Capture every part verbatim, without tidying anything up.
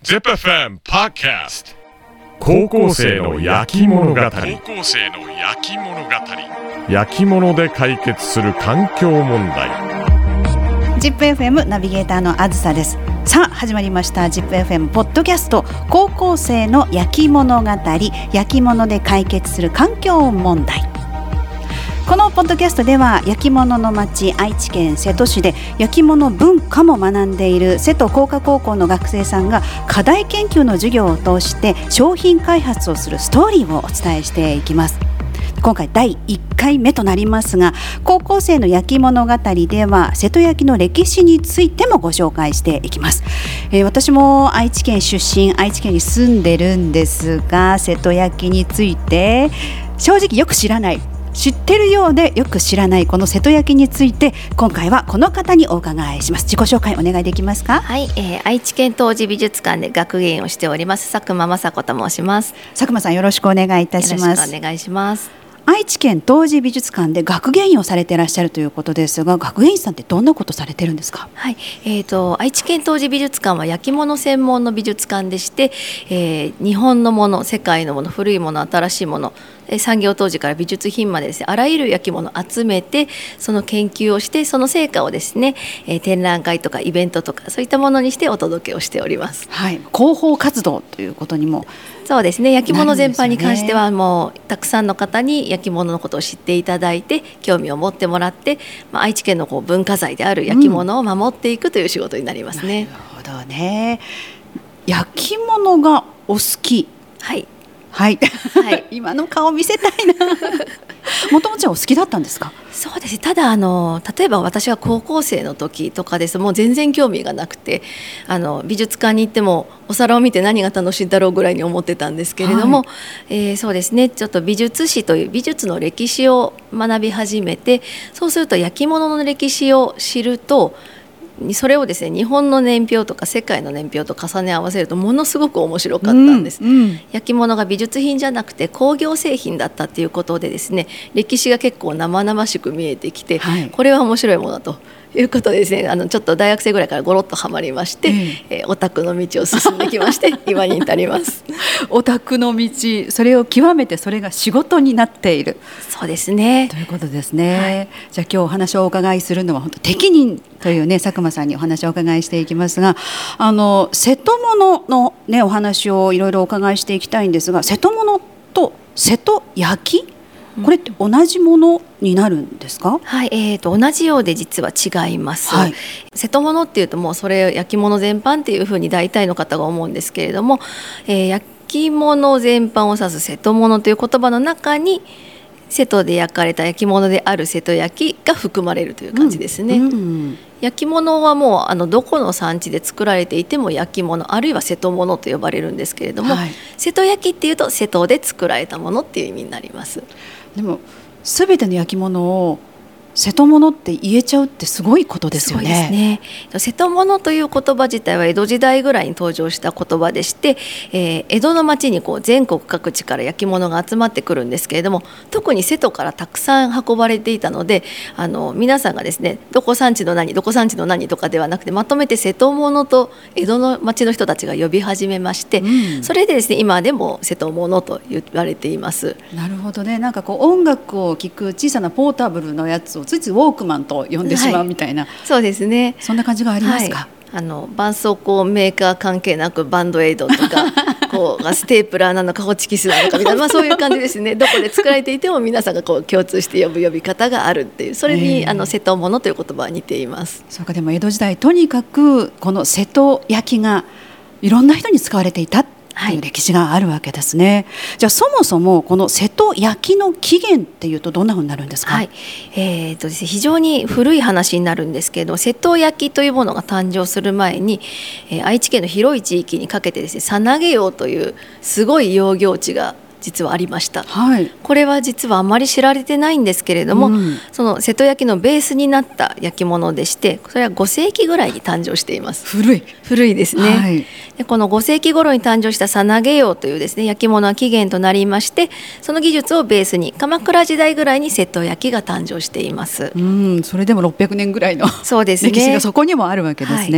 ゼップ エフエム Podcast 高校生の焼き物語高校生の焼き物語焼き物で解決する環境問題。 ゼップ エフエム ナビゲーターのあずさです。さあ始まりました ゼップ エフエム ポッドキャスト高校生の焼き物語焼き物で解決する環境問題。このポッドキャストでは焼き物の町愛知県瀬戸市で焼き物文化も学んでいる瀬戸工科高校の学生さんが課題研究の授業を通して商品開発をするストーリーをお伝えしていきます。今回だいいっかいめとなりますが、高校生の焼き物語では瀬戸焼の歴史についてもご紹介していきます。えー、私も愛知県出身、愛知県に住んでるんですが、瀬戸焼について正直よく知らない、知ってるようでよく知らないこの瀬戸焼について、今回はこの方にお伺いします。自己紹介お願いできますか？ はい、えー、愛知県陶磁美術館で学芸員をしております佐久間雅子と申します。 佐久間さん、よろしくお願いいたします。 よろしくお願いします。 愛知県陶磁美術館で学芸員をされていらっしゃるということですが、学芸員さんってどんなことされてるんですか？ はい、えーと、愛知県陶磁美術館は焼き物専門の美術館でして、えー、日本のもの、世界のもの、古いもの、新しいもの、産業当時から美術品までですね、あらゆる焼き物を集めてその研究をして、その成果をですね、えー、展覧会とかイベントとかそういったものにしてお届けをしております。 はい、広報活動ということにもそうですね、焼き物全般に関してはもうたくさんの方に焼き物のことを知っていただいて興味を持ってもらって、まあ、愛知県のこう文化財である焼き物を守っていくという仕事になりますね。 うん、なるほどね。焼き物がお好き。 はいはい、はい、今の顔見せたいな。もともとお好きだったんですか？ そうです。ただあの例えば私は高校生の時とかです、もう全然興味がなくて、あの美術館に行ってもお皿を見て何が楽しいんだろうぐらいに思ってたんですけれども、はい、えー、そうですね、ちょっと美術史という美術の歴史を学び始めて、そうすると焼き物の歴史を知ると、それをですね、日本の年表とか世界の年表と重ね合わせるとものすごく面白かったんです。うんうん、焼き物が美術品じゃなくて工業製品だったっていうことでですね、歴史が結構生々しく見えてきて、はい、これは面白いものだということでですね、あのちょっと大学生ぐらいからゴロッとはまりまして、えーえー、オタクの道を進んできまして今に至ります。 オタクの道、それを極めてそれが仕事になっている。 そうですね、ということですね。はい、じゃあ今日お話をお伺いするのは本当適任というね、佐久間さんにお話をお伺いしていきますが、あの瀬戸物の、ね、お話をいろいろお伺いしていきたいんですが、瀬戸物と瀬戸焼、これって同じものになるんですか？ はい、えー、と同じようで実は違います。はい、瀬戸物っていうともうそれ焼き物全般っていうふうに大体の方が思うんですけれども、えー、焼き物全般を指す瀬戸物という言葉の中に瀬戸で焼かれた焼き物である瀬戸焼が含まれるという感じですね。うんうん、焼き物はもうあのどこの産地で作られていても焼き物、あるいは瀬戸物と呼ばれるんですけれども、はい、瀬戸焼っていうと瀬戸で作られたものっていう意味になります。 でも全ての焼き物を瀬戸物って言えちゃうってすごいことですよね。 そうですね。瀬戸物という言葉自体は江戸時代ぐらいに登場した言葉でして、えー、江戸の町にこう全国各地から焼き物が集まってくるんですけれども、特に瀬戸からたくさん運ばれていたので、あの皆さんがですね、どこ産地の何どこ産地の何とかではなくて、まとめて瀬戸物と江戸の町の人たちが呼び始めまして、うん、それでですね、今でも瀬戸物と言われています。 なるほどね。なんかこう音楽を聴く小さなポータブルのやつをついついウォークマンと呼んでしまうみたいな、はい、 そうですね、 そんな感じがありますか？ はい、あの絆創膏メーカー関係なくバンドエイドとかこうステープラーなのかホチキスなのかみたいな、まあ、そういう感じですね。どこで作られていても皆さんがこう共通して呼ぶ呼び方があるっていう、それに、えー、あの瀬戸物という言葉は似ています。 そうか。でも江戸時代とにかくこの瀬戸焼がいろんな人に使われていたという歴史があるわけですね。はい、じゃあそもそもこの瀬戸焼の起源っていうとどんなふうになるんですか？はい、 えーとですね、非常に古い話になるんですけれど、瀬戸焼というものが誕生する前に、えー、愛知県の広い地域にかけてですね、さなげ養というすごい養業地が実はありました。はい、これは実はあまり知られてないんですけれども、うん、その瀬戸焼のベースになった焼き物でして、それはご世紀ぐらいに誕生しています。 古い古いですね。はい、でこのご世紀頃に誕生したさなげ養というですね、焼き物は起源となりまして、その技術をベースに鎌倉時代ぐらいに瀬戸焼が誕生しています。 うん、それでもろっぴゃくねんぐらいのそうです、ね、歴史がそこにもあるわけですね。はい、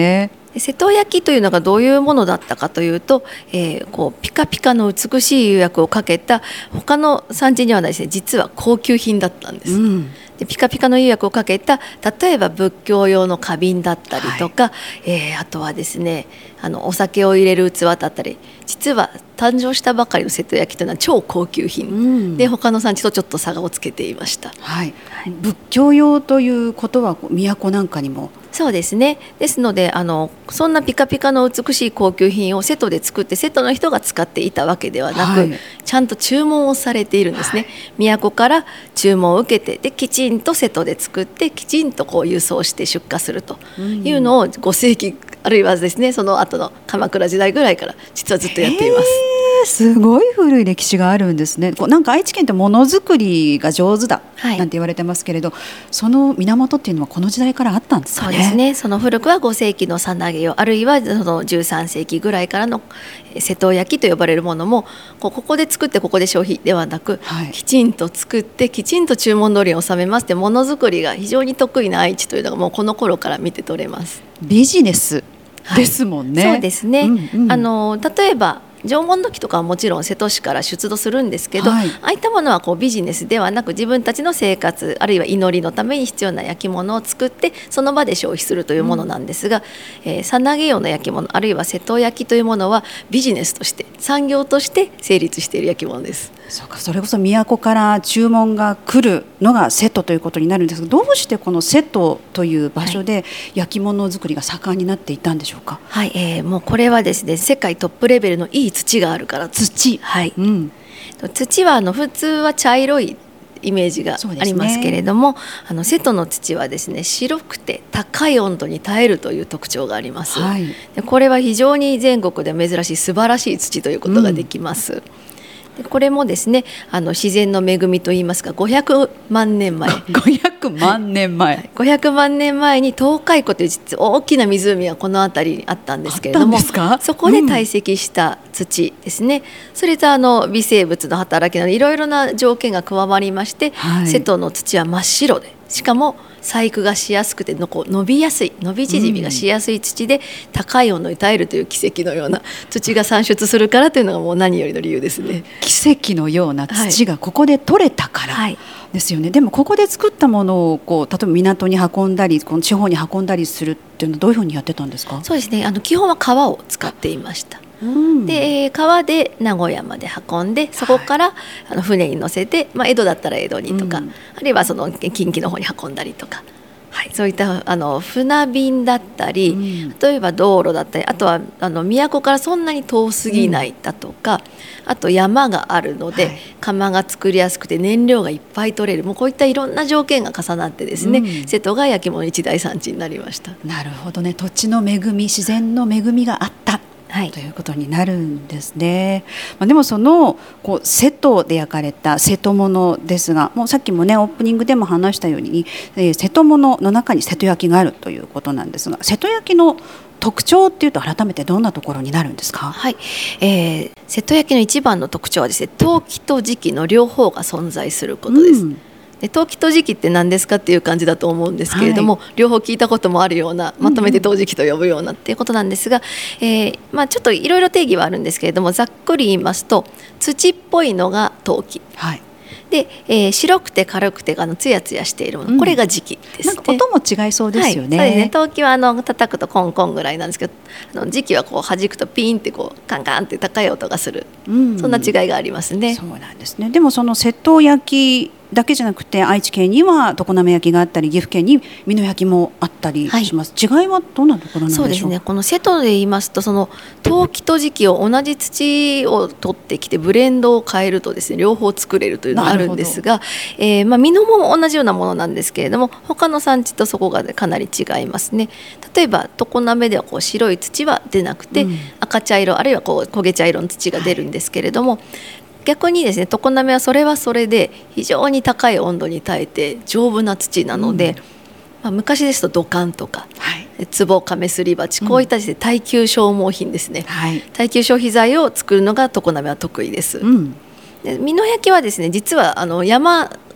瀬戸焼というのがどういうものだったかというと、えー、こうピカピカの美しい釉薬をかけた他の産地にはないですね、実は高級品だったんです、うん、でピカピカの釉薬をかけた例えば仏教用の花瓶だったりとか、はい、えー、あとはですねあのお酒を入れる器だったり、実は誕生したばかりの瀬戸焼というのは超高級品、うん、で他の産地とちょっと差をつけていました、 はいはい、仏教用ということは都なんかにも。 そうですね。ですのであのそんなピカピカの美しい高級品を瀬戸で作って瀬戸の人が使っていたわけではなく、はい、ちゃんと注文をされているんですね、はい、都から注文を受けて、できちんと瀬戸で作ってきちんとこう輸送して出荷するというのをご世紀、あるいはですねその後の鎌倉時代ぐらいから実はずっとやっています。 すごい古い歴史があるんですね。こうなんか愛知県ってものづくりが上手だなんて言われてますけれど、はい、その源っていうのはこの時代からあったんですかね。 そうですね。その古くはご世紀のさなげよ、あるいはそのじゅうさん世紀ぐらいからの瀬戸焼と呼ばれるものもこうここで作ってここで消費ではなく、はい、きちんと作ってきちんと注文通りに収めますって、ものづくりが非常に得意な愛知というのがもうこの頃から見て取れます。 ビジネスですもんね、 はい、そうですね、うんうん、あの例えば縄文土器とかはもちろん瀬戸市から出土するんですけど、はい、ああいったものはこうビジネスではなく自分たちの生活あるいは祈りのために必要な焼き物を作ってその場で消費するというものなんですが、うんえー、さなげ用の焼き物あるいは瀬戸焼というものはビジネスとして産業として成立している焼き物です。 そうか、それこそ都から注文が来るのが瀬戸ということになるんですが、どうしてこの瀬戸という場所で焼き物作りが盛んになっていたんでしょうか。 はい、えー、もうこれはですね世界トップレベルのいい土があるから。 土、 はい、うん、土はあの普通は茶色いイメージがありますけれども、ね、あの瀬戸の土はですね白くて高い温度に耐えるという特徴があります、はい、でこれは非常に全国で珍しい素晴らしい土ということができます、うんこれもですねあの自然の恵みといいますかごひゃくまんねんまえごひゃくまんねんまえごひゃくまんねんまえに東海湖という実大きな湖がこの辺りにあったんですけれども、そこで堆積した土ですね、うん、それとあの微生物の働きなどいろいろな条件が加わりまして、はい、瀬戸の土は真っ白でしかも細工がしやすくてのこう伸びやすい伸び縮みがしやすい土で高い温度に耐えるという奇跡のような土が産出するからというのがもう何よりの理由ですね。 奇跡のような土がここで取れたからですよね、はい、でもここで作ったものをこう例えば港に運んだりこの地方に運んだりするっていうのはどういうふうにやってたんですか。 そうですねあの基本は川を使っていました。うん、で川で名古屋まで運んでそこから、はい、あの船に乗せて、まあ、江戸だったら江戸にとか、うん、あるいはその近畿の方に運んだりとか、はい、そういったあの船便だったり、うん、例えば道路だったりあとはあの都からそんなに遠すぎないだとか、うん、あと山があるので、はい、窯が作りやすくて燃料がいっぱい取れるもうこういったいろんな条件が重なってですね、うん、瀬戸が焼き物一大産地になりました。 なるほどね。土地の恵み自然の恵みがあったはい、ということになるんですね。まあ、でもそのこう瀬戸で焼かれた瀬戸物ですがもうさっきもねオープニングでも話したように、えー、瀬戸物の中に瀬戸焼があるということなんですが瀬戸焼の特徴っていうと改めてどんなところになるんですか。 はい、えー、瀬戸焼の一番の特徴はですね陶器と磁器の両方が存在することです。うんで陶器と磁器って何ですかっていう感じだと思うんですけれども、はい、両方聞いたこともあるようなまとめて陶磁器と呼ぶようなっていうことなんですが、うんえーまあ、ちょっといろいろ定義はあるんですけれどもざっくり言いますと土っぽいのが陶器、はいでえー、白くて軽くてあのツヤツヤしているもの、うん、これが磁器ですね。 なんか音も違いそうですよね。 はい、そうですね。陶器はあの叩くとコンコンぐらいなんですけどあの磁器はこう弾くとピーンってこうカンカンって高い音がする、うん、そんな違いがありますね。 そうなんですね。でもその瀬戸焼だけじゃなくて愛知県には常滑焼があったり岐阜県に美濃焼もあったりします、はい、違いはどんなところなんでしょう。 そうですねこの瀬戸で言いますとその陶器と磁器を同じ土を取ってきてブレンドを変えるとですね両方作れるというのがあるんですが、えーまあ、美濃も同じようなものなんですけれども他の産地とそこがかなり違いますね。例えば常滑ではこう白い土は出なくて、うん、赤茶色あるいはこう焦げ茶色の土が出るんですけれども、はい逆にですね常滑はそれはそれで非常に高い温度に耐えて丈夫な土なので、うんまあ、昔ですと土管とか、はい、壺亀すり鉢こういったですね、うん、耐久消耗品ですね、はい、耐久消費材を作るのが常滑は得意です、うん、で美濃焼はですね実はあの山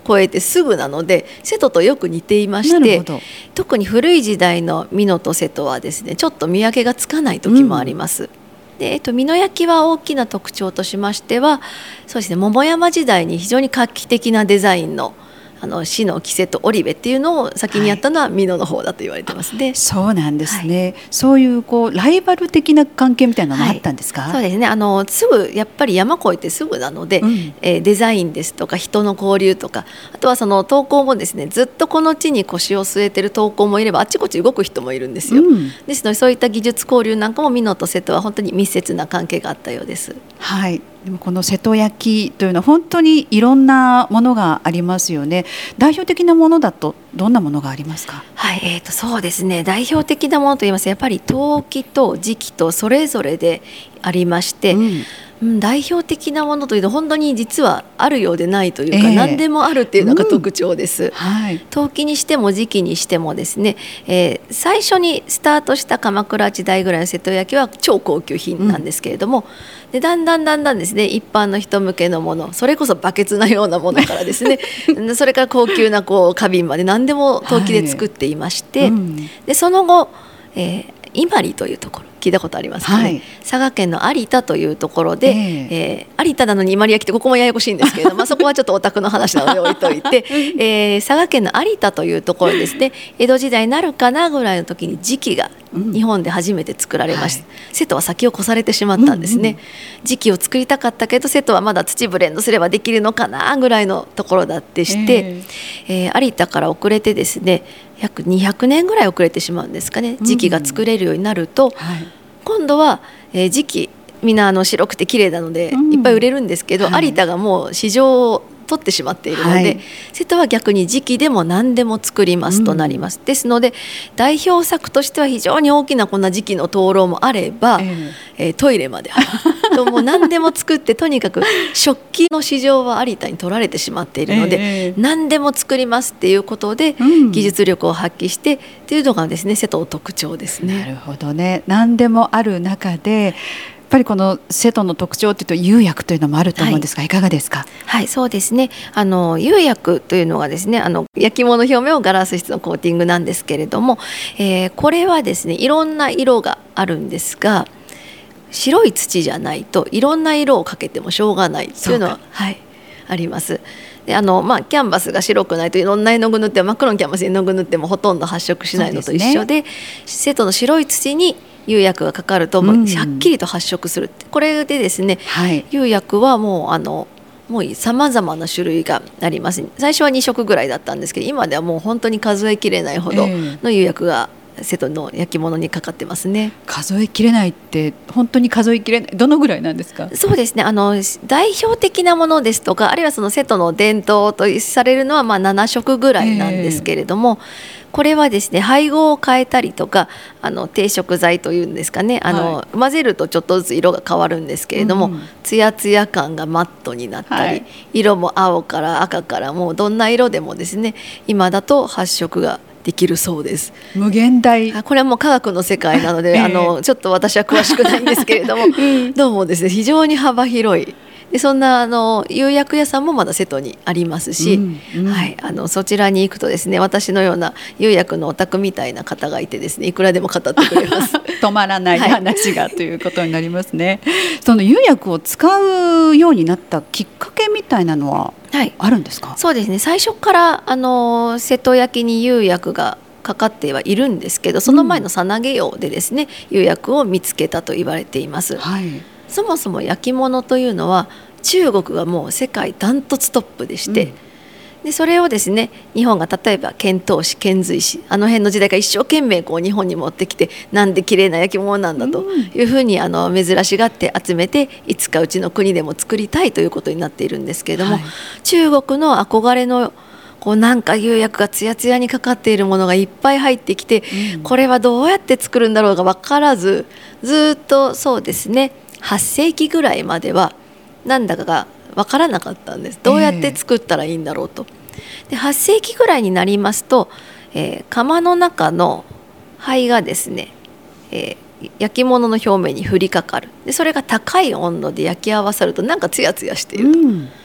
超えてすぐなので瀬戸とよく似ていましなるて、 ほど。 特に古い時代の美濃と瀬戸はですねちょっと見分けがつかない時もあります。うんでえっと、美濃焼は大きな特徴としましてはそうですね、桃山時代に非常に画期的なデザインのあのシのキセと織部っていうのを先にやったのは美濃の方だと言われてますね。 そうなんですね、はい、そういうこうライバル的な関係みたいなのもあったんですか？ はい、そうですね、あのすぐやっぱり山越えてすぐなので、うんえー、デザインですとか人の交流とかあとはその陶工もですねずっとこの地に腰を据えてる陶工もいればあちこち動く人もいるんですよ、うん、ですのでそういった技術交流なんかも美濃と瀬戸は本当に密接な関係があったようです。 はい、でもこの瀬戸焼というのは本当にいろんなものがありますよね。代表的なものだとどんなものがありますか？ はい、えー、とそうですね、代表的なものといいますとやっぱり陶器と磁器とそれぞれでありまして、うんうん、代表的なものというと本当に実はあるようでないというか、えー、何でもあるっていうのが特徴です、うんはい、陶器にしても磁器にしてもですね、えー、最初にスタートした鎌倉時代ぐらいの瀬戸焼は超高級品なんですけれども、うん、でだんだんだんだんですね一般の人向けのものそれこそバケツのようなものからですねそれから高級なこう花瓶まで何でも陶器で作っていまして、はいうん、でその後、えー、伊万里というところ聞いたことありますかね、はい、佐賀県の有田というところで、えーえー、有田なのに伊万里焼ってここもややこしいんですけれども、まあ、そこはちょっとオタクの話なので置いといて、えー、佐賀県の有田というところですね江戸時代になるかなぐらいの時に磁器が日本で初めて作られました、うんはい、瀬戸は先を越されてしまったんですね、うんうん、磁器を作りたかったけど瀬戸はまだ土ブレンドすればできるのかなぐらいのところだってして、えーえー、有田から遅れてですね約にひゃくねんぐらい遅れてしまうんですかね。磁器が作れるようになると、うんはい、今度は、えー、磁器みんなあの白くて綺麗なので、うん、いっぱい売れるんですけど、はい、有田がもう市場を取ってしまっているので、はい、瀬戸は逆に磁器でも何でも作りますとなります、うん、ですので代表作としては非常に大きなこんな磁器の灯籠もあれば、えーえー、トイレまであるともう何でも作ってとにかく食器の市場は有田に取られてしまっているので、えー、何でも作りますっていうことで、うん、技術力を発揮してっていうのがですね瀬戸の特徴ですね。 なるほどね。何でもある中でやっぱりこの瀬戸の特徴というと釉薬というのもあると思うんですが、はい、いかがですか？ はい、そうですね、あの釉薬というのはですねあの焼き物表面をガラス質のコーティングなんですけれども、えー、これはですねいろんな色があるんですが白い土じゃないといろんな色をかけてもしょうがないというのは、はい、あります。であのまあ、キャンバスが白くないといろんな絵の具塗って真っ黒のキャンバスに絵の具塗ってもほとんど発色しないのと一緒 で, で、ね、瀬戸の白い土に釉薬がかかるともうはっきりと発色する、うん、これでですね、はい、釉薬はもうあのもうさまざまな種類があります。最初はに色ぐらいだったんですけど今ではもう本当に数えきれないほどの釉薬が瀬戸の焼き物にかかってますね。 数えきれないって本当に数えきれないどのぐらいなんですか？ そうですね、あの代表的なものですとかあるいはその瀬戸の伝統とされるのはまあなな色ぐらいなんですけれども、えー、これはですね配合を変えたりとかあの定色剤というんですかねあの、はい、混ぜるとちょっとずつ色が変わるんですけれども、うん、ツヤツヤ感がマットになったり、はい、色も青から赤からもうどんな色でもですね今だと発色ができるそうです。 無限大。 これはもう科学の世界なので、えー、あのちょっと私は詳しくないんですけれども、うん、どうもですね非常に幅広いでそんなあの釉薬屋さんもまだ瀬戸にありますし、うんうんはい、あのそちらに行くとですね私のような釉薬のオタクみたいな方がいてですねいくらでも語ってくれます止まらない話が、はい、ということになりますね。その釉薬を使うようになったきっかけみたいなのはあるんですか？はい、 そうですね最初からあの瀬戸焼に釉薬がかかってはいるんですけどその前のさなげ窯でですね、うん、釉薬を見つけたと言われています。はいそもそも焼き物というのは中国がもう世界ダントツトップでして、うん、でそれをですね日本が例えば遣唐使遣隋使あの辺の時代から一生懸命こう日本に持ってきてなんで綺麗な焼き物なんだというふうにあの珍しがって集めていつかうちの国でも作りたいということになっているんですけれども、はい、中国の憧れのこうなんか釉薬がつやつやにかかっているものがいっぱい入ってきて、うん、これはどうやって作るんだろうが分からずずっとそうですねはっせいきぐらいまではなんだかが分からなかったんです。どうやって作ったらいいんだろうと。ではっせいきぐらいになりますと、えー、窯の中の灰がですね、えー、焼き物の表面に降りかかる。でそれが高い温度で焼き合わさるとなんかツヤツヤしていると、うん、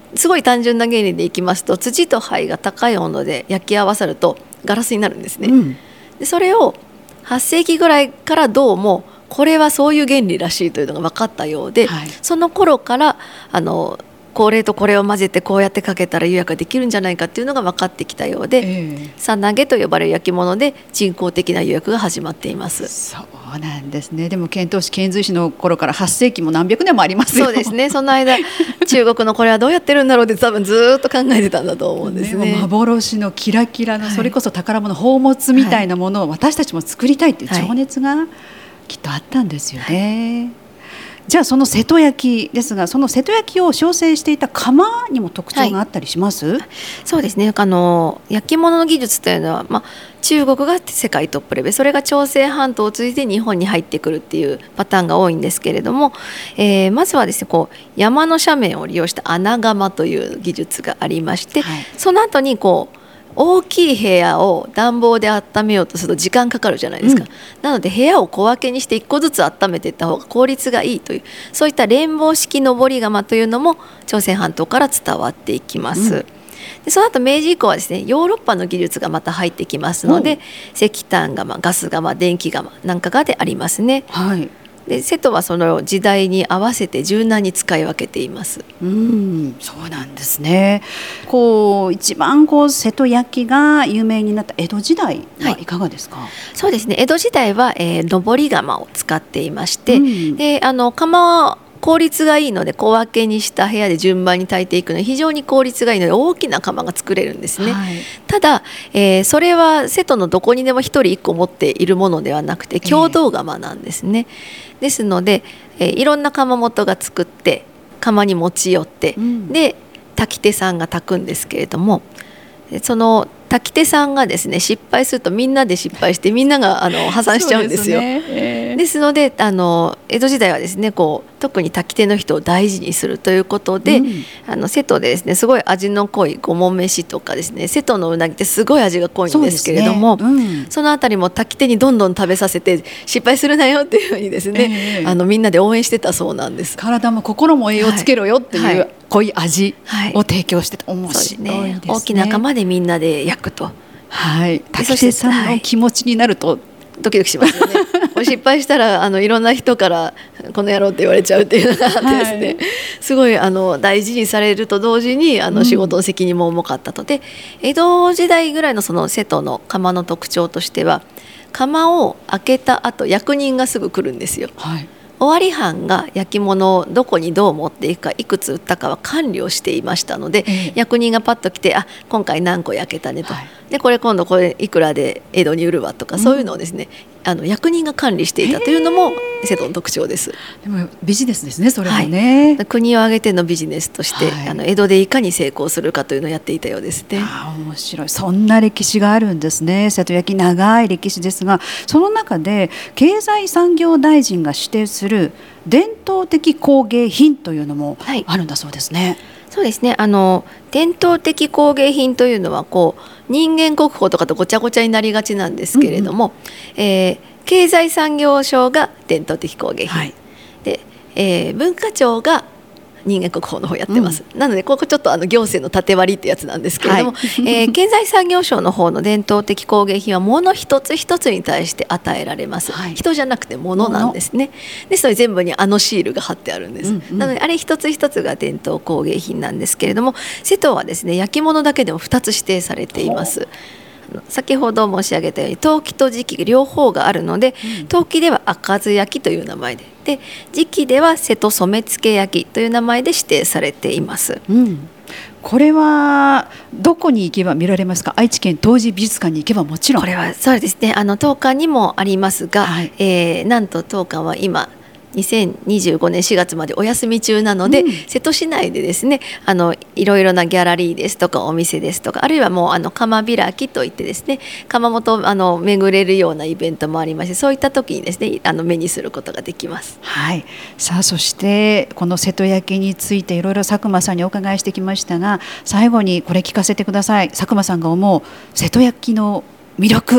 すごい単純な原理でいきますと、土と灰が高い温度で焼き合わさるとガラスになるんですね、うん、でそれをはっせいきぐらいからどうもこれはそういう原理らしいというのが分かったようで、はい、その頃からあのこれとこれを混ぜてこうやってかけたら釉薬ができるんじゃないかっていうのが分かってきたようで、えー、さなげと呼ばれる焼き物で人工的な釉薬が始まっています。 そうなんですね。でも遣唐使遣隋使の頃からはっせいきも何百年もありますよ。 そうですね。その間中国のこれはどうやってるんだろうって多分ずっと考えてたんだと思うんですね。 ね、幻のキラキラの、はい、それこそ宝物宝物みたいなものを私たちも作りたいっていう情熱がきっとあったんですよね、はい。じゃあその瀬戸焼きですが、その瀬戸焼きを焼成していた窯にも特徴があったりします？はい、 そうですね。あの焼き物の技術というのは、まあ、中国が世界トップレベル、それが朝鮮半島を通じて日本に入ってくるっていうパターンが多いんですけれども、えー、まずはですね、こう山の斜面を利用した穴窯という技術がありまして、はい、その後にこう大きい部屋を暖房で温めようとすると時間かかるじゃないですか、うん、なので部屋を小分けにしていっこずつ温めていった方が効率がいいという、そういった連紡式上り窯というのも朝鮮半島から伝わっていきます、うん、でその後明治以降はですね、ヨーロッパの技術がまた入ってきますので、うん、石炭窯、ガス窯、電気窯なんかがでありますね、はい。で瀬戸はその時代に合わせて柔軟に使い分けています。 うん、そうなんですね。こう一番こう瀬戸焼きが有名になった江戸時代はいかがですか？はい、 そうですね。江戸時代は、えー、上り窯を使っていまして、うん、であの窯は効率がいいので小分けにした部屋で順番に炊いていくので非常に効率がいいので大きな窯が作れるんですね、はい。ただ、えー、それは瀬戸のどこにでもひとりいっこ持っているものではなくて共同窯なんですね、えー、ですので、えー、いろんな窯元が作って窯に持ち寄って、うん、で炊き手さんが炊くんですけれども、その炊き手さんがですね失敗するとみんなで失敗してみんながあの破産しちゃうんですよ。ですね、えー、ですのであの江戸時代はですねこう特に炊き手の人を大事にするということで、うん、あの瀬戸でですねすごい味の濃いごも飯とかですね、瀬戸のうなぎってすごい味が濃いんですけれども そ,、ねうん、そのあたりも炊き手にどんどん食べさせて失敗するなよっていうふうにですね、えー、あのみんなで応援してたそうなんです。 体も心も栄養つけろよっていう、はいはい、濃い味を提供してた、はい、面白いですね。 大きな釜でみんなで焼くと、 はい、炊き手さんの気持ちになると、はい、 ドキドキしますよねもう失敗したらあのいろんな人からこの野郎って言われちゃうっていうのがあってですね、はい、すごいあの大事にされると同時にあの仕事の責任も重かったと、うん、で江戸時代ぐらいのその瀬戸の窯の特徴としては、窯を開けた後役人がすぐ来るんですよ、はい。尾張藩が焼き物をどこにどう持っていくかいくつ売ったかは管理をしていましたので、えー、役人がパッと来て、あ今回何個焼けたねと、はい、でこれ今度これいくらで江戸に売るわとか、うん、そういうのをですねあの役人が管理していたというのも瀬戸の特徴です。 でもビジネスですね、それもね、 はい、国を挙げてのビジネスとして、はい、あの江戸でいかに成功するかというのをやっていたようですね。 あ、面白い。そんな歴史があるんですね。瀬戸焼長い歴史ですが、その中で経済産業大臣が指定する伝統的工芸品というのもあるんだそうですね。はい、 そうですね。あの伝統的工芸品というのはこう人間国宝とかとごちゃごちゃになりがちなんですけれども、うんうん、えー、経済産業省が伝統的工芸品、はい、で、えー、文化庁が人間国宝の方やってます、うん、なのでここちょっとあの行政の縦割りってやつなんですけれども、はい、えー、経済産業省の方の伝統的工芸品は物一つ一つに対して与えられます、はい、人じゃなくて物なんですね。ですので全部にあのシールが貼ってあるんです、うんうん、なのであれ一つ一つが伝統工芸品なんですけれども、瀬戸はですね焼き物だけでもふたつ指定されています。先ほど申し上げたように陶器と磁器両方があるので、うん、陶器では赤津焼という名前で、で磁器では瀬戸染付焼という名前で指定されています、 うん。これはどこに行けば見られますか？愛知県陶磁美術館に行けばもちろん。 これはそうですね、あの当館にもありますが、はい、えー、なんと当館は今にせんにじゅうごねんしがつまでお休み中なので、うん、瀬戸市内でですねあのいろいろなギャラリーですとかお店ですとか、あるいはもうあの窯開きといってですね窯元をあの巡れるようなイベントもありまして、そういった時にですねあの目にすることができます。 はい、さあそしてこの瀬戸焼についていろいろ佐久間さんにお伺いしてきましたが、最後にこれ聞かせてください。佐久間さんが思う瀬戸焼の魅力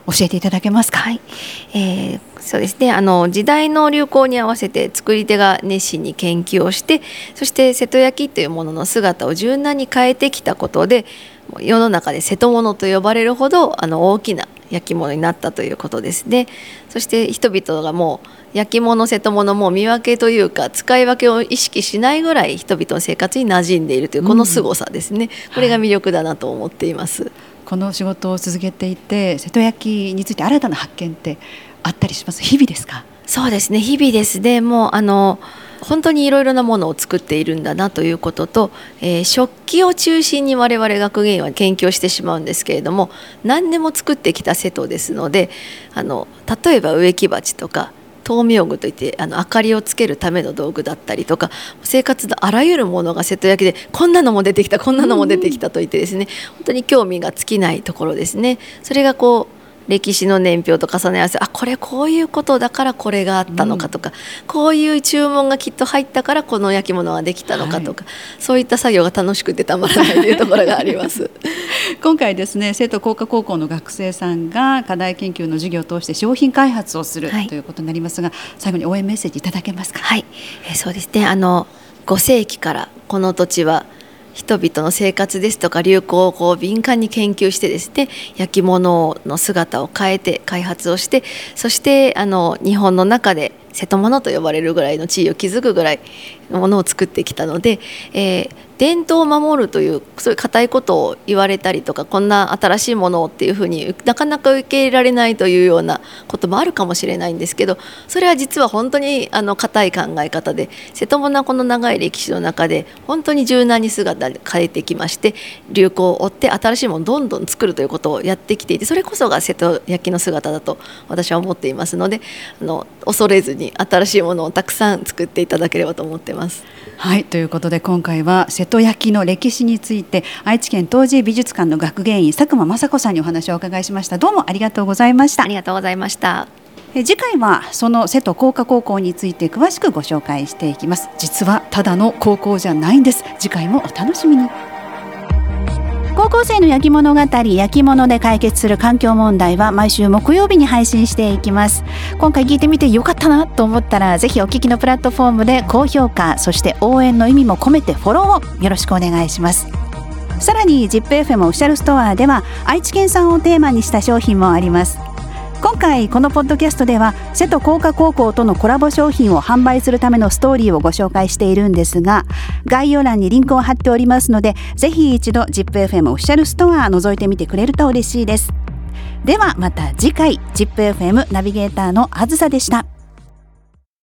教えていただけますか？ はい、えー、そうですね、あの時代の流行に合わせて作り手が熱心に研究をして、そして瀬戸焼というものの姿を柔軟に変えてきたことで、世の中で瀬戸物と呼ばれるほどあの大きな焼き物になったということですね。そして人々がもう焼き物瀬戸物も見分けというか使い分けを意識しないぐらい人々の生活に馴染んでいるというこの凄さですね、うん、これが魅力だなと思っています、はい。 この仕事を続けていて瀬戸焼について新たな発見ってあったりします？日々ですか？ そうですね、日々ですね。もうあの本当にいろいろなものを作っているんだなということと、えー、食器を中心に我々学芸員は研究をしてしまうんですけれども、何でも作ってきた瀬戸ですので、あの例えば植木鉢とか灯明具といってあの明かりをつけるための道具だったりとか、生活のあらゆるものが瀬戸焼でこんなのも出てきたこんなのも出てきたといってですね、本当に興味が尽きないところですね。それがこう歴史の年表と重ね合わせ、あこれこういうことだからこれがあったのかとか、うん、こういう注文がきっと入ったからこの焼き物ができたのかとか、はい、そういった作業が楽しくてたまらないというところがあります今回ですね、生徒工科高校の学生さんが課題研究の授業を通して商品開発をする、はい、ということになりますが、最後に応援メッセージいただけますか？ はい、えー、そうですね、あのご世紀からこの土地は人々の生活ですとか流行をこう敏感に研究してですね、焼き物の姿を変えて開発をして、そしてあの日本の中で瀬戸物と呼ばれるぐらいの地位を築くぐらいのものを作ってきたので、えー、伝統を守るというそういう固いことを言われたりとか、こんな新しいものをっていうふうになかなか受け入れられないというようなこともあるかもしれないんですけど、それは実は本当にあの固い考え方で、瀬戸物はこの長い歴史の中で本当に柔軟に姿を変えてきまして、流行を追って新しいものをどんどん作るということをやってきていて、それこそが瀬戸焼の姿だと私は思っていますので、あの恐れずに新しいものをたくさん作っていただければと思っています。 はい、ということで今回は瀬戸焼の歴史について愛知県東寺美術館の学芸員佐久間雅子さんにお話をお伺いしました。どうもありがとうございました。 ありがとうございました。 え次回はその瀬戸工科高校について詳しくご紹介していきます。実はただの高校じゃないんです。次回もお楽しみに。高校生の焼き物語、焼き物で解決する環境問題は毎週木曜日に配信していきます。今回聞いてみてよかったなと思ったら、ぜひお聞きのプラットフォームで高評価、そして応援の意味も込めてフォローをよろしくお願いします。さらに ジップエフエム オフィシャルストアでは愛知県産をテーマにした商品もあります。今回このポッドキャストでは瀬戸工科高校とのコラボ商品を販売するためのストーリーをご紹介しているんですが、概要欄にリンクを貼っておりますので、ぜひ一度 ジップエフエム オフィシャルストア覗いてみてくれると嬉しいです。ではまた次回、 ジップエフエム ナビゲーターのあずさでした。